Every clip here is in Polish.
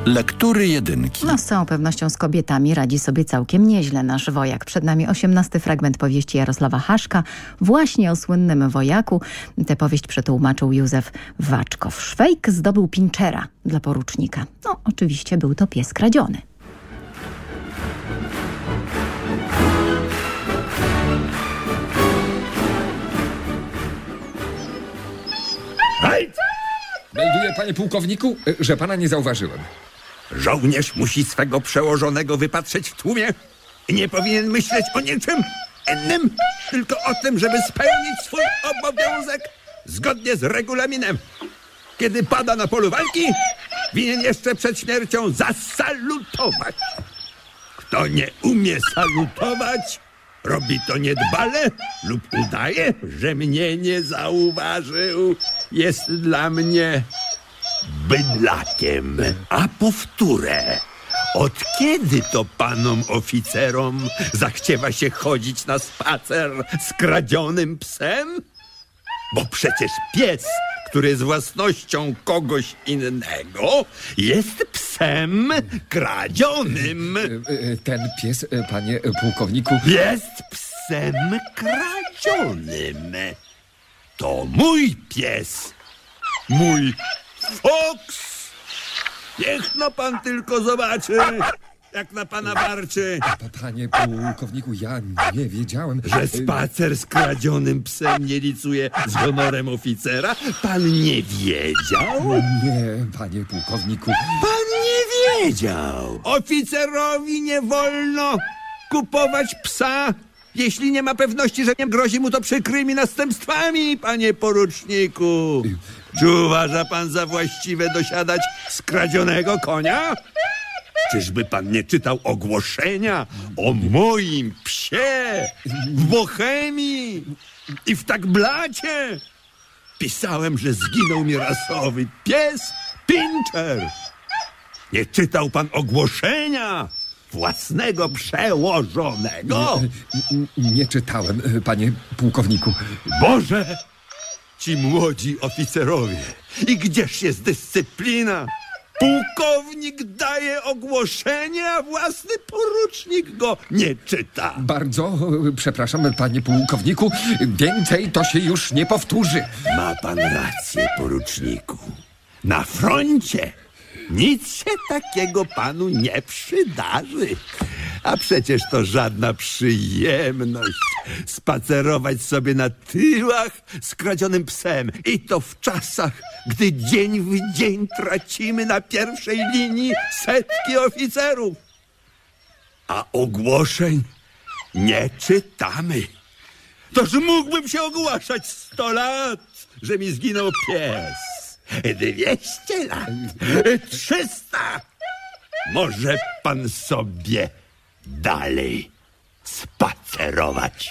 Lektury jedynki. No z całą pewnością z kobietami radzi sobie całkiem nieźle nasz wojak. Przed nami 18 fragment powieści Jarosława Haszka, właśnie o słynnym wojaku. Tę powieść przetłumaczył Józef Waczkow. Szwejk zdobył pinczera dla porucznika. No oczywiście był to pies kradziony. Melduję, panie pułkowniku, że pana nie zauważyłem. Żołnierz musi swego przełożonego wypatrzeć w tłumie i nie powinien myśleć o niczym innym, tylko o tym, żeby spełnić swój obowiązek zgodnie z regulaminem. Kiedy pada na polu walki, winien jeszcze przed śmiercią zasalutować. Kto nie umie salutować, robi to niedbale lub udaje, że mnie nie zauważył. Jest dla mnie bydlakiem. A powtórę, od kiedy to panom oficerom zachciewa się chodzić na spacer z kradzionym psem? Bo przecież pies, który jest własnością kogoś innego, jest psem kradzionym. Ten pies, panie pułkowniku... Jest psem kradzionym. To mój pies. Mój Fox. Niech no pan tylko zobaczy, jak na pana warczy. Panie pułkowniku, ja nie wiedziałem... Że spacer z kradzionym psem nie licuje z honorem oficera? Pan nie wiedział? Nie, panie pułkowniku... Pan nie wiedział. Oficerowi nie wolno kupować psa, jeśli nie ma pewności, że nie grozi mu to przykrymi następstwami, panie poruczniku. Czy uważa pan za właściwe dosiadać skradzionego konia? Czyżby pan nie czytał ogłoszenia o moim psie w Bohemii i w Tagblacie? Pisałem, że zginął mi rasowy pies Pinscher. Nie czytał pan ogłoszenia własnego przełożonego? Nie czytałem, panie pułkowniku. Boże, ci młodzi oficerowie, i gdzież jest dyscyplina? Pułkownik daje ogłoszenie, a własny porucznik go nie czyta. Bardzo przepraszam, panie pułkowniku. Więcej to się już nie powtórzy. Ma pan rację, poruczniku. Na froncie nic się takiego panu nie przydarzy. A przecież to żadna przyjemność spacerować sobie na tyłach z kradzionym psem. I to w czasach, gdy dzień w dzień tracimy na pierwszej linii setki oficerów. A ogłoszeń nie czytamy. Toż mógłbym się ogłaszać 100 lat, że mi zginął pies. 200 lat, 300. Może pan sobie dalej spacerować.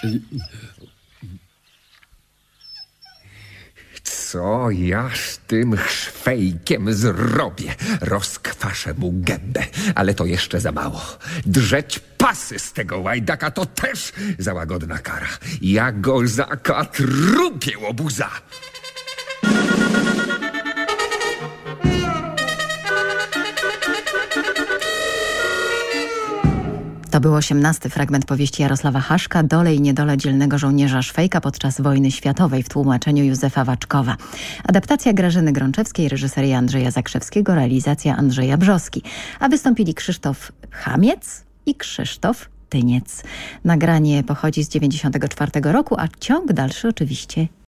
Co ja z tym Szwejkiem zrobię? Rozkwaszę mu gębę, ale to jeszcze za mało. Drzeć pasy z tego łajdaka to też za łagodna kara. Ja go zakatrupię, łobuza. To był 18 fragment powieści Jarosława Haszka, Dole i niedole dzielnego żołnierza Szwejka podczas wojny światowej w tłumaczeniu Józefa Waczkowa. Adaptacja Grażyny Grączewskiej, reżyseria Andrzeja Zakrzewskiego, realizacja Andrzeja Brzoski. A wystąpili Krzysztof Chamiec i Krzysztof Tyniec. Nagranie pochodzi z 1994 roku, a ciąg dalszy oczywiście